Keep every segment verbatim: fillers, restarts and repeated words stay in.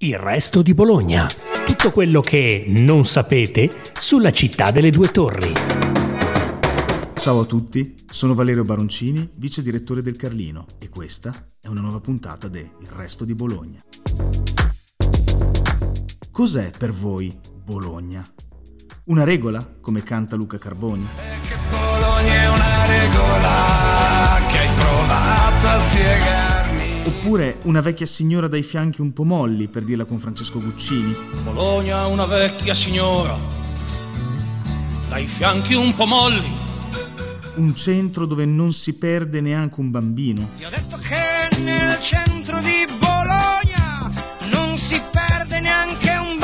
Il resto di Bologna. Tutto quello che non sapete sulla città delle due torri. Ciao a tutti, sono Valerio Baroncini, vice direttore del Carlino, e questa è una nuova puntata de Il resto di Bologna. Cos'è per voi Bologna? Una regola, come canta Luca Carboni? E che Bologna è una regola che hai provato a spiegarmi. Oppure una vecchia signora dai fianchi un po' molli, per dirla con Francesco Guccini? Bologna è una vecchia signora dai fianchi un po' molli. Un centro dove non si perde neanche un bambino. Ti ho detto che nel centro di Bologna non si perde neanche un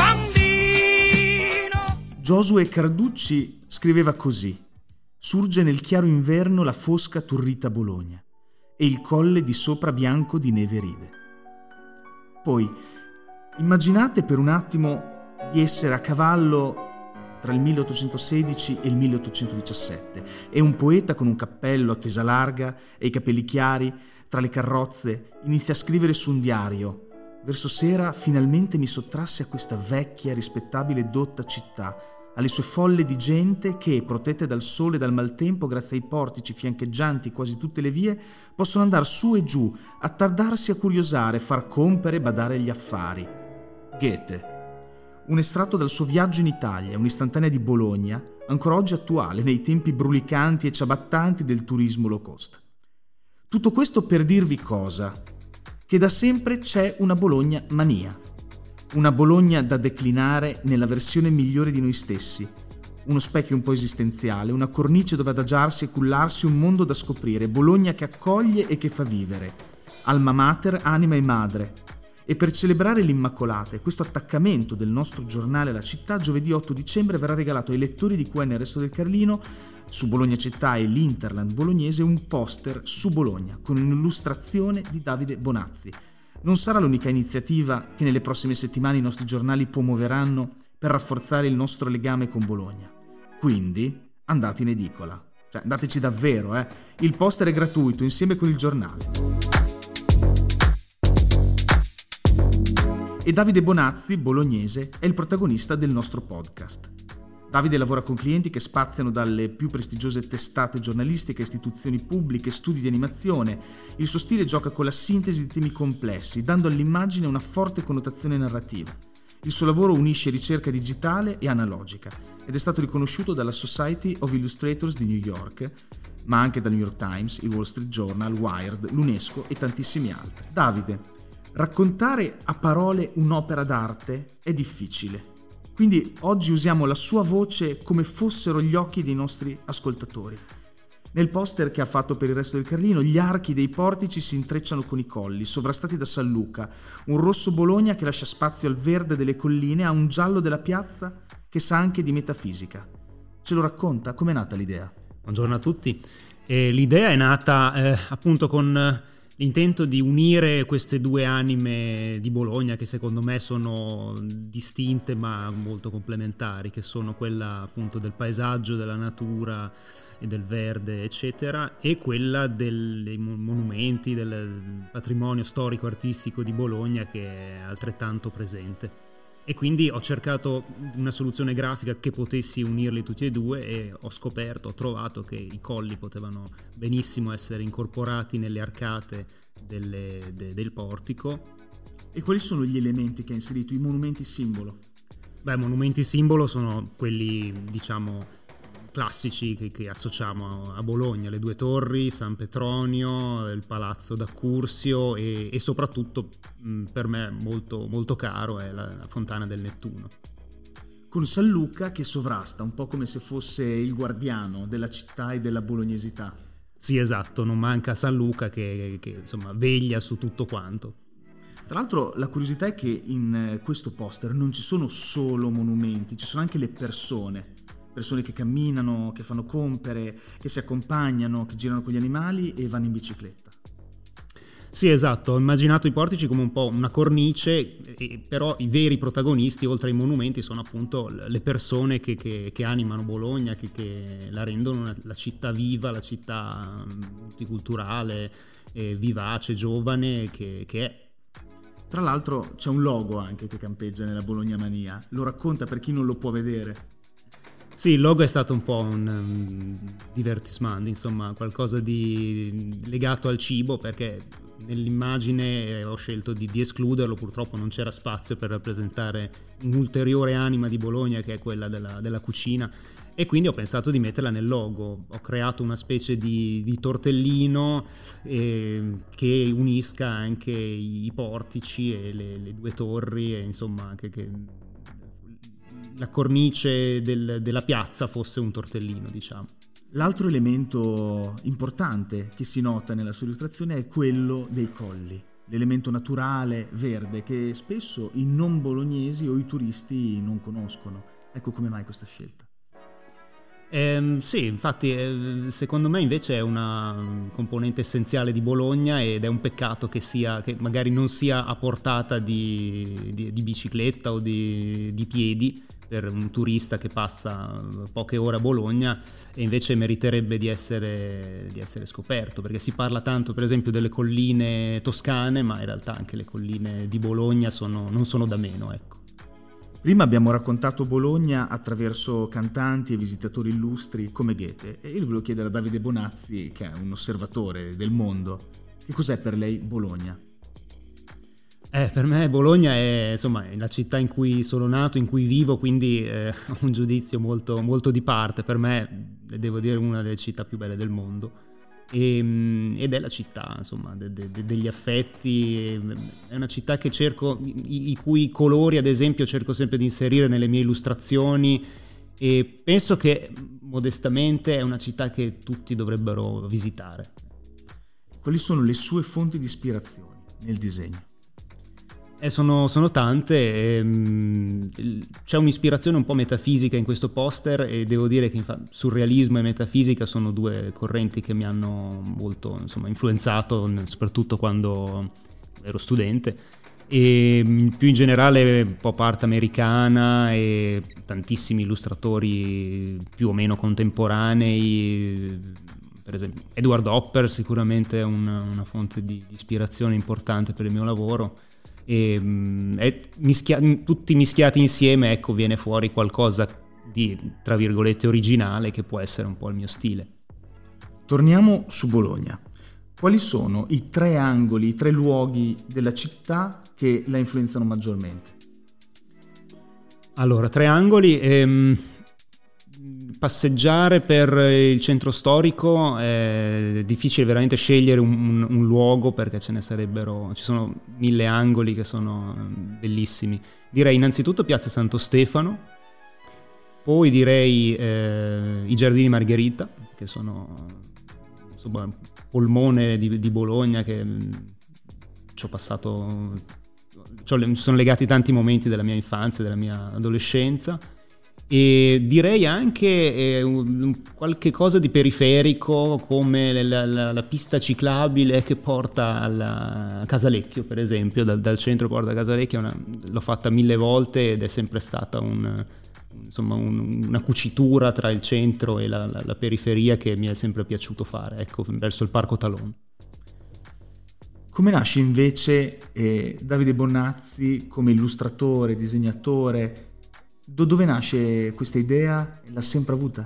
bambino. Giosuè Carducci scriveva così: surge nel chiaro inverno la fosca turrita Bologna e il colle di sopra bianco di neve ride. Poi immaginate per un attimo di essere a cavallo tra il milleottocentosedici e il milleottocentodiciassette e un poeta con un cappello a tesa larga e i capelli chiari tra le carrozze inizia a scrivere su un diario: verso sera finalmente mi sottrassi a questa vecchia rispettabile e dotta città, alle sue folle di gente che, protette dal sole e dal maltempo grazie ai portici fiancheggianti quasi tutte le vie, possono andare su e giù, attardarsi a curiosare, far compere, badare agli affari. Goethe. Un estratto dal suo Viaggio in Italia, un'istantanea di Bologna, ancora oggi attuale nei tempi brulicanti e ciabattanti del turismo low cost. Tutto questo per dirvi cosa? Che da sempre c'è una Bologna mania. Una Bologna da declinare nella versione migliore di noi stessi. Uno specchio un po' esistenziale, una cornice dove adagiarsi e cullarsi, un mondo da scoprire. Bologna che accoglie e che fa vivere. Alma mater, anima e madre. E per celebrare l'Immacolata e questo attaccamento del nostro giornale alla città, giovedì otto dicembre verrà regalato ai lettori di Q N Il Resto del Carlino, su Bologna Città e l'Interland bolognese, un poster su Bologna con un'illustrazione di Davide Bonazzi. Non sarà l'unica iniziativa che nelle prossime settimane i nostri giornali promuoveranno per rafforzare il nostro legame con Bologna. Quindi andate in edicola. Cioè, andateci davvero, eh. Il poster è gratuito insieme con il giornale. E Davide Bonazzi, bolognese, è il protagonista del nostro podcast. Davide lavora con clienti che spaziano dalle più prestigiose testate giornalistiche, istituzioni pubbliche, studi di animazione. Il suo stile gioca con la sintesi di temi complessi, dando all'immagine una forte connotazione narrativa. Il suo lavoro unisce ricerca digitale e analogica ed è stato riconosciuto dalla Society of Illustrators di New York, ma anche dal New York Times, il Wall Street Journal, Wired, l'UNESCO e tantissimi altri. Davide, raccontare a parole un'opera d'arte è difficile. Quindi oggi usiamo la sua voce come fossero gli occhi dei nostri ascoltatori. Nel poster che ha fatto per Il Resto del Carlino, gli archi dei portici si intrecciano con i colli, sovrastati da San Luca, un rosso Bologna che lascia spazio al verde delle colline, a un giallo della piazza che sa anche di metafisica. Ce lo racconta? Com'è nata l'idea? Buongiorno a tutti. E l'idea è nata eh, appunto con l'intento di unire queste due anime di Bologna che secondo me sono distinte ma molto complementari, che sono quella appunto del paesaggio, della natura e del verde eccetera, e quella dei monumenti, del patrimonio storico-artistico di Bologna che è altrettanto presente. E quindi ho cercato una soluzione grafica che potessi unirli tutti e due e ho scoperto, ho trovato che i colli potevano benissimo essere incorporati nelle arcate delle, de, del portico. E quali sono gli elementi che ha inserito, i monumenti simbolo? Beh, monumenti simbolo sono quelli, diciamo, classici che, che associamo a Bologna, le due torri, San Petronio, il palazzo d'Accursio e, e soprattutto mh, per me molto, molto caro è la, la fontana del Nettuno. Con San Luca che sovrasta, un po' come se fosse il guardiano della città e della bolognesità. Sì, esatto, non manca San Luca che, che insomma veglia su tutto quanto. Tra l'altro la curiosità è che in questo poster non ci sono solo monumenti, ci sono anche le persone. Persone che camminano, che fanno compere, che si accompagnano, che girano con gli animali e vanno in bicicletta. Sì, esatto, ho immaginato i portici come un po' una cornice, e, però i veri protagonisti oltre ai monumenti sono appunto le persone che, che, che animano Bologna, che, che la rendono una, la città viva, la città multiculturale, eh, vivace, giovane che, che è. Tra l'altro c'è un logo anche che campeggia nella Bologna Mania, lo racconta per chi non lo può vedere. Sì, il logo è stato un po' un um, divertissement, insomma, qualcosa di legato al cibo, perché nell'immagine ho scelto di, di escluderlo, purtroppo non c'era spazio per rappresentare un'ulteriore anima di Bologna, che è quella della, della cucina, e quindi ho pensato di metterla nel logo. Ho creato una specie di, di tortellino eh, che unisca anche i portici e le, le due torri, e insomma che, che la cornice del, della piazza fosse un tortellino, diciamo. L'altro elemento importante che si nota nella sua illustrazione è quello dei colli, l'elemento naturale, verde, che spesso i non bolognesi o i turisti non conoscono. Ecco, come mai questa scelta? Eh, sì, infatti eh, secondo me invece è una componente essenziale di Bologna, ed è un peccato che sia che magari non sia a portata di, di, di bicicletta o di, di piedi per un turista che passa poche ore a Bologna, e invece meriterebbe di essere, di essere scoperto, perché si parla tanto per esempio delle colline toscane, ma in realtà anche le colline di Bologna sono, non sono da meno, ecco. Prima abbiamo raccontato Bologna attraverso cantanti e visitatori illustri come Goethe, e io volevo chiedere a Davide Bonazzi, che è un osservatore del mondo, che cos'è per lei Bologna? Eh, per me Bologna è, insomma, è la città in cui sono nato, in cui vivo, quindi eh, ho un giudizio molto, molto di parte. Per me, devo dire, una delle città più belle del mondo. E, ed è la città, insomma, de, de, de, degli affetti. È una città che cerco, i, i cui colori, ad esempio, cerco sempre di inserire nelle mie illustrazioni, e penso che modestamente è una città che tutti dovrebbero visitare. Quali sono le sue fonti di ispirazione nel disegno? Eh, sono, sono tante, ehm, c'è un'ispirazione un po' metafisica in questo poster, e devo dire che infatti, surrealismo e metafisica sono due correnti che mi hanno molto, insomma, influenzato, soprattutto quando ero studente, e più in generale pop art americana e tantissimi illustratori più o meno contemporanei. Per esempio Edward Hopper sicuramente è una, una fonte di, di ispirazione importante per il mio lavoro. E, e mischia- tutti mischiati insieme, ecco, viene fuori qualcosa di, tra virgolette, originale, che può essere un po' il mio stile. Torniamo su Bologna. Quali sono i tre angoli, i tre luoghi della città che la influenzano maggiormente? Allora, tre angoli. Ehm, passeggiare per il centro storico è difficile veramente scegliere un, un, un luogo, perché ce ne sarebbero, ci sono mille angoli che sono bellissimi. Direi innanzitutto Piazza Santo Stefano, poi direi eh, i Giardini Margherita, che sono, insomma, un polmone di, di Bologna, che ci ho passato, ci sono legati tanti momenti della mia infanzia, della mia adolescenza. E direi anche eh, un, qualche cosa di periferico, come la, la, la pista ciclabile che porta alla, a Casalecchio, per esempio, dal, dal centro porta a Casalecchio. Una, l'ho fatta mille volte ed è sempre stata un, insomma, un, una cucitura tra il centro e la, la, la periferia che mi è sempre piaciuto fare, ecco, verso il Parco Talon. Come nasce invece eh, Davide Bonazzi come illustratore, disegnatore? Da dove nasce questa idea? L'ha sempre avuta?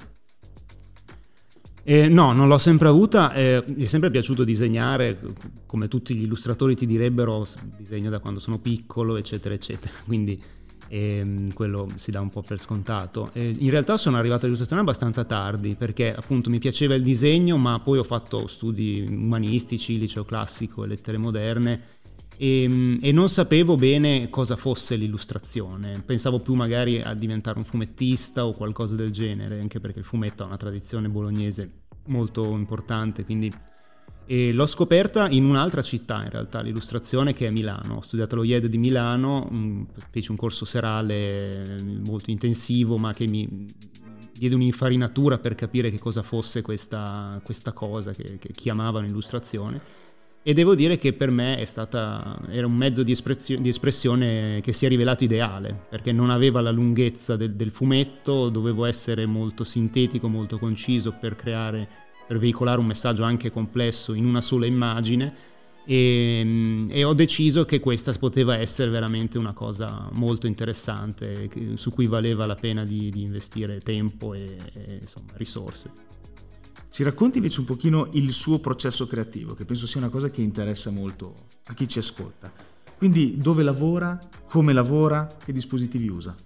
Eh, no, non l'ho sempre avuta, eh, mi è sempre piaciuto disegnare, come tutti gli illustratori ti direbbero, disegno da quando sono piccolo, eccetera, eccetera, quindi eh, quello si dà un po' per scontato. Eh, in realtà sono arrivato all'illustrazione abbastanza tardi, perché appunto mi piaceva il disegno, ma poi ho fatto studi umanistici, liceo classico e lettere moderne, E, e non sapevo bene cosa fosse l'illustrazione. Pensavo più magari a diventare un fumettista o qualcosa del genere, anche perché il fumetto ha una tradizione bolognese molto importante, quindi e l'ho scoperta in un'altra città in realtà, l'illustrazione, che è Milano. Ho studiato allo I E D di Milano, un, feci un corso serale molto intensivo, ma che mi diede un'infarinatura per capire che cosa fosse questa, questa cosa che, che chiamavano illustrazione. E devo dire che per me è stata, era un mezzo di espressione, di espressione che si è rivelato ideale, perché non aveva la lunghezza del, del fumetto, dovevo essere molto sintetico, molto conciso per creare, per veicolare un messaggio anche complesso in una sola immagine, e, e ho deciso che questa poteva essere veramente una cosa molto interessante su cui valeva la pena di, di investire tempo e, e insomma, risorse. Ci racconti invece un pochino il suo processo creativo, che penso sia una cosa che interessa molto a chi ci ascolta. Quindi dove lavora, come lavora, che dispositivi usa?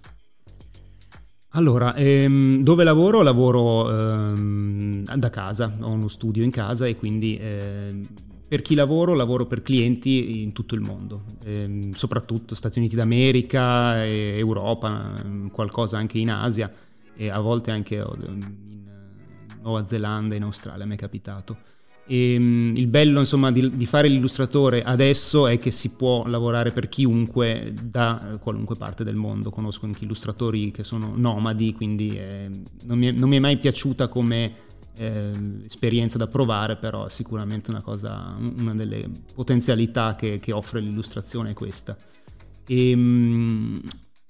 Allora, ehm, dove lavoro? Lavoro ehm, da casa, ho uno studio in casa e quindi ehm, per chi lavoro, lavoro per clienti in tutto il mondo, ehm, soprattutto Stati Uniti d'America, e Europa, qualcosa anche in Asia e a volte anche in Nuova Zelanda e in Australia mi è capitato. E, um, il bello insomma di, di fare l'illustratore adesso è che si può lavorare per chiunque da qualunque parte del mondo. Conosco anche illustratori che sono nomadi, quindi eh, non, mi è, non mi è mai piaciuta come eh, esperienza da provare, però è sicuramente una cosa, una delle potenzialità che, che offre l'illustrazione è questa. E, um,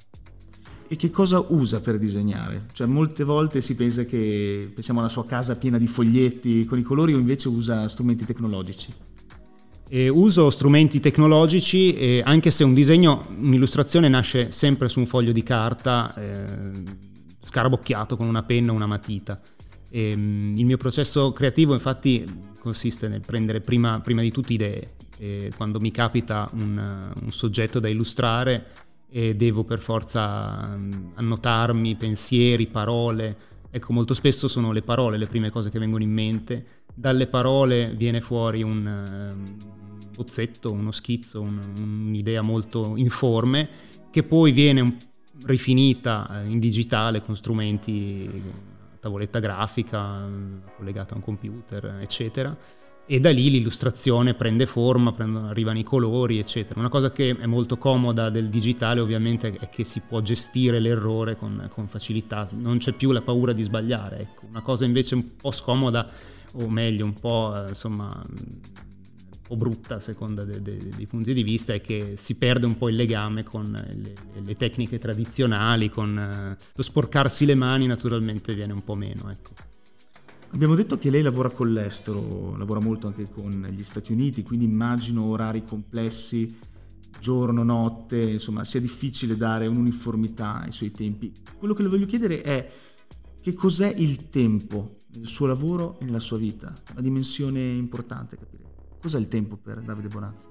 E che cosa usa per disegnare? Cioè molte volte si pensa che pensiamo alla sua casa piena di foglietti con i colori, o invece usa strumenti tecnologici? E uso strumenti tecnologici, e anche se un disegno, un'illustrazione nasce sempre su un foglio di carta eh, scarabocchiato con una penna o una matita. E, il mio processo creativo infatti consiste nel prendere prima, prima di tutto idee. E quando mi capita un, un soggetto da illustrare e devo per forza annotarmi pensieri, parole. Ecco, molto spesso sono le parole le prime cose che vengono in mente. Dalle parole viene fuori un uh, bozzetto, uno schizzo, un, un'idea molto informe che poi viene un, rifinita in digitale con strumenti, tavoletta grafica collegata a un computer, eccetera. E da lì l'illustrazione prende forma, prendono, arrivano i colori, eccetera. Una cosa che è molto comoda del digitale ovviamente è che si può gestire l'errore con, con facilità, non c'è più la paura di sbagliare. Ecco. Una cosa invece un po' scomoda, o meglio un po' insomma un po' brutta a seconda de, de, dei punti di vista, è che si perde un po' il legame con le, le tecniche tradizionali, con eh, lo sporcarsi le mani naturalmente viene un po' meno, ecco. Abbiamo detto che lei lavora con l'estero, lavora molto anche con gli Stati Uniti, quindi immagino orari complessi, giorno, notte, insomma sia difficile dare un'uniformità ai suoi tempi. Quello che le voglio chiedere è che cos'è il tempo nel suo lavoro e nella sua vita? Una dimensione importante capire. Cos'è il tempo per Davide Bonazzi?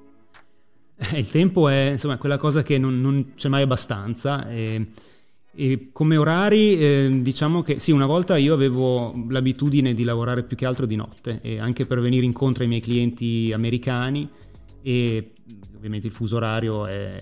Eh, il tempo è insomma quella cosa che non, non c'è mai abbastanza. E... E come orari eh, diciamo che sì, una volta io avevo l'abitudine di lavorare più che altro di notte, e anche per venire incontro ai miei clienti americani, e ovviamente il fuso orario è,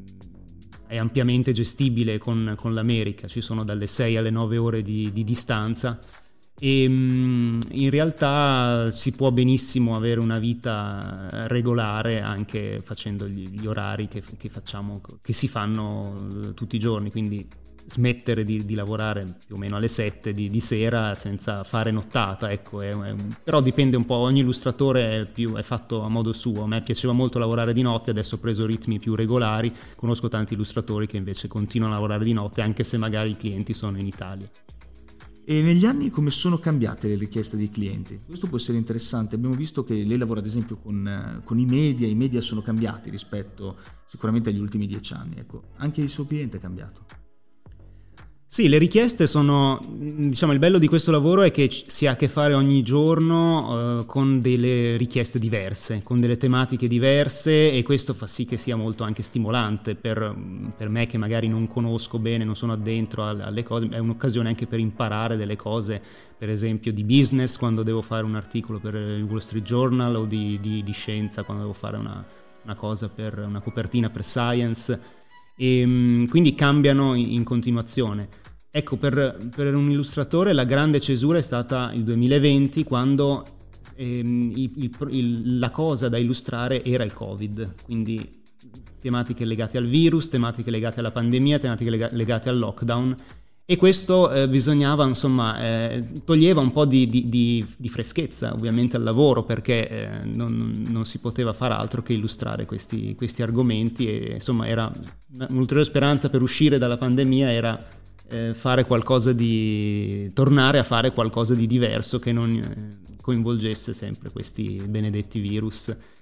è ampiamente gestibile con, con l'America, ci sono dalle sei alle nove ore di, di distanza, e mh, in realtà si può benissimo avere una vita regolare anche facendo gli, gli orari che, che facciamo, che si fanno tutti i giorni, quindi smettere di, di lavorare più o meno alle sette di, di sera senza fare nottata, ecco, è, è un, però dipende un po', ogni illustratore è, più, è fatto a modo suo. A me piaceva molto lavorare di notte, adesso ho preso ritmi più regolari, conosco tanti illustratori che invece continuano a lavorare di notte anche se magari i clienti sono in Italia. E negli anni come sono cambiate le richieste dei clienti? Questo può essere interessante. Abbiamo visto che lei lavora ad esempio con, con i media, i media sono cambiati rispetto sicuramente agli ultimi dieci anni, ecco, anche il suo cliente è cambiato. Sì, le richieste sono, diciamo, il bello di questo lavoro è che si ha a che fare ogni giorno uh, con delle richieste diverse, con delle tematiche diverse, e questo fa sì che sia molto anche stimolante per, per me che magari non conosco bene, non sono addentro alle cose, è un'occasione anche per imparare delle cose, per esempio di business quando devo fare un articolo per il Wall Street Journal, o di, di, di scienza quando devo fare una, una cosa per una copertina per Science. E quindi cambiano in continuazione. Ecco, per, per un illustratore la grande cesura è stata il duemilaventi, quando ehm, il, il, il, la cosa da illustrare era il Covid, quindi tematiche legate al virus, tematiche legate alla pandemia, tematiche lega, legate al lockdown, e questo eh, bisognava, insomma, eh, toglieva un po' di, di, di, di freschezza ovviamente al lavoro, perché eh, non, non si poteva fare altro che illustrare questi, questi argomenti, e insomma era un'ulteriore speranza per uscire dalla pandemia era eh, fare qualcosa di tornare a fare qualcosa di diverso che non eh, coinvolgesse sempre questi benedetti virus.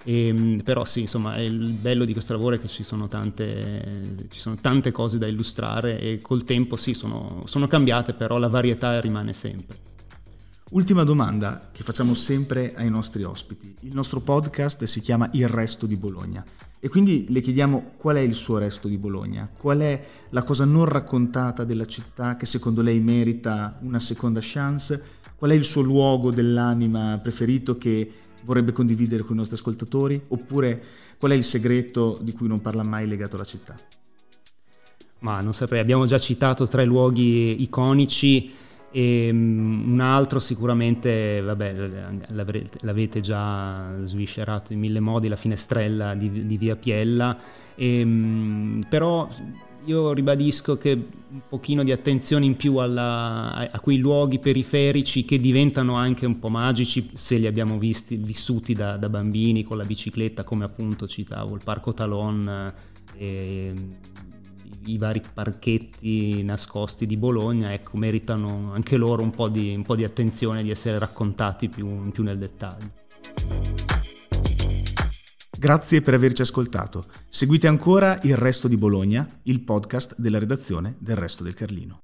E, però sì, insomma, il bello di questo lavoro è che ci sono tante, ci sono tante cose da illustrare e col tempo sì, sono, sono cambiate, però la varietà rimane sempre. Ultima domanda che facciamo sempre ai nostri ospiti. Il nostro podcast si chiama Il Resto di Bologna e quindi le chiediamo qual è il suo resto di Bologna, qual è la cosa non raccontata della città che secondo lei merita una seconda chance, qual è il suo luogo dell'anima preferito che vorrebbe condividere con i nostri ascoltatori, oppure qual è il segreto di cui non parla mai legato alla città? Ma non saprei, abbiamo già citato tre luoghi iconici e un altro sicuramente, vabbè, l'avrete, l'avete già sviscerato in mille modi, la finestrella di, di Via Piella, e, però io ribadisco che un pochino di attenzione in più alla, a, a quei luoghi periferici che diventano anche un po' magici se li abbiamo visti, vissuti da, da bambini con la bicicletta, come appunto citavo il Parco Talon e i vari parchetti nascosti di Bologna. Ecco, meritano anche loro un po' di, un po' di attenzione, di essere raccontati più, più nel dettaglio. Grazie per averci ascoltato. Seguite ancora Il Resto di Bologna, il podcast della redazione del Resto del Carlino.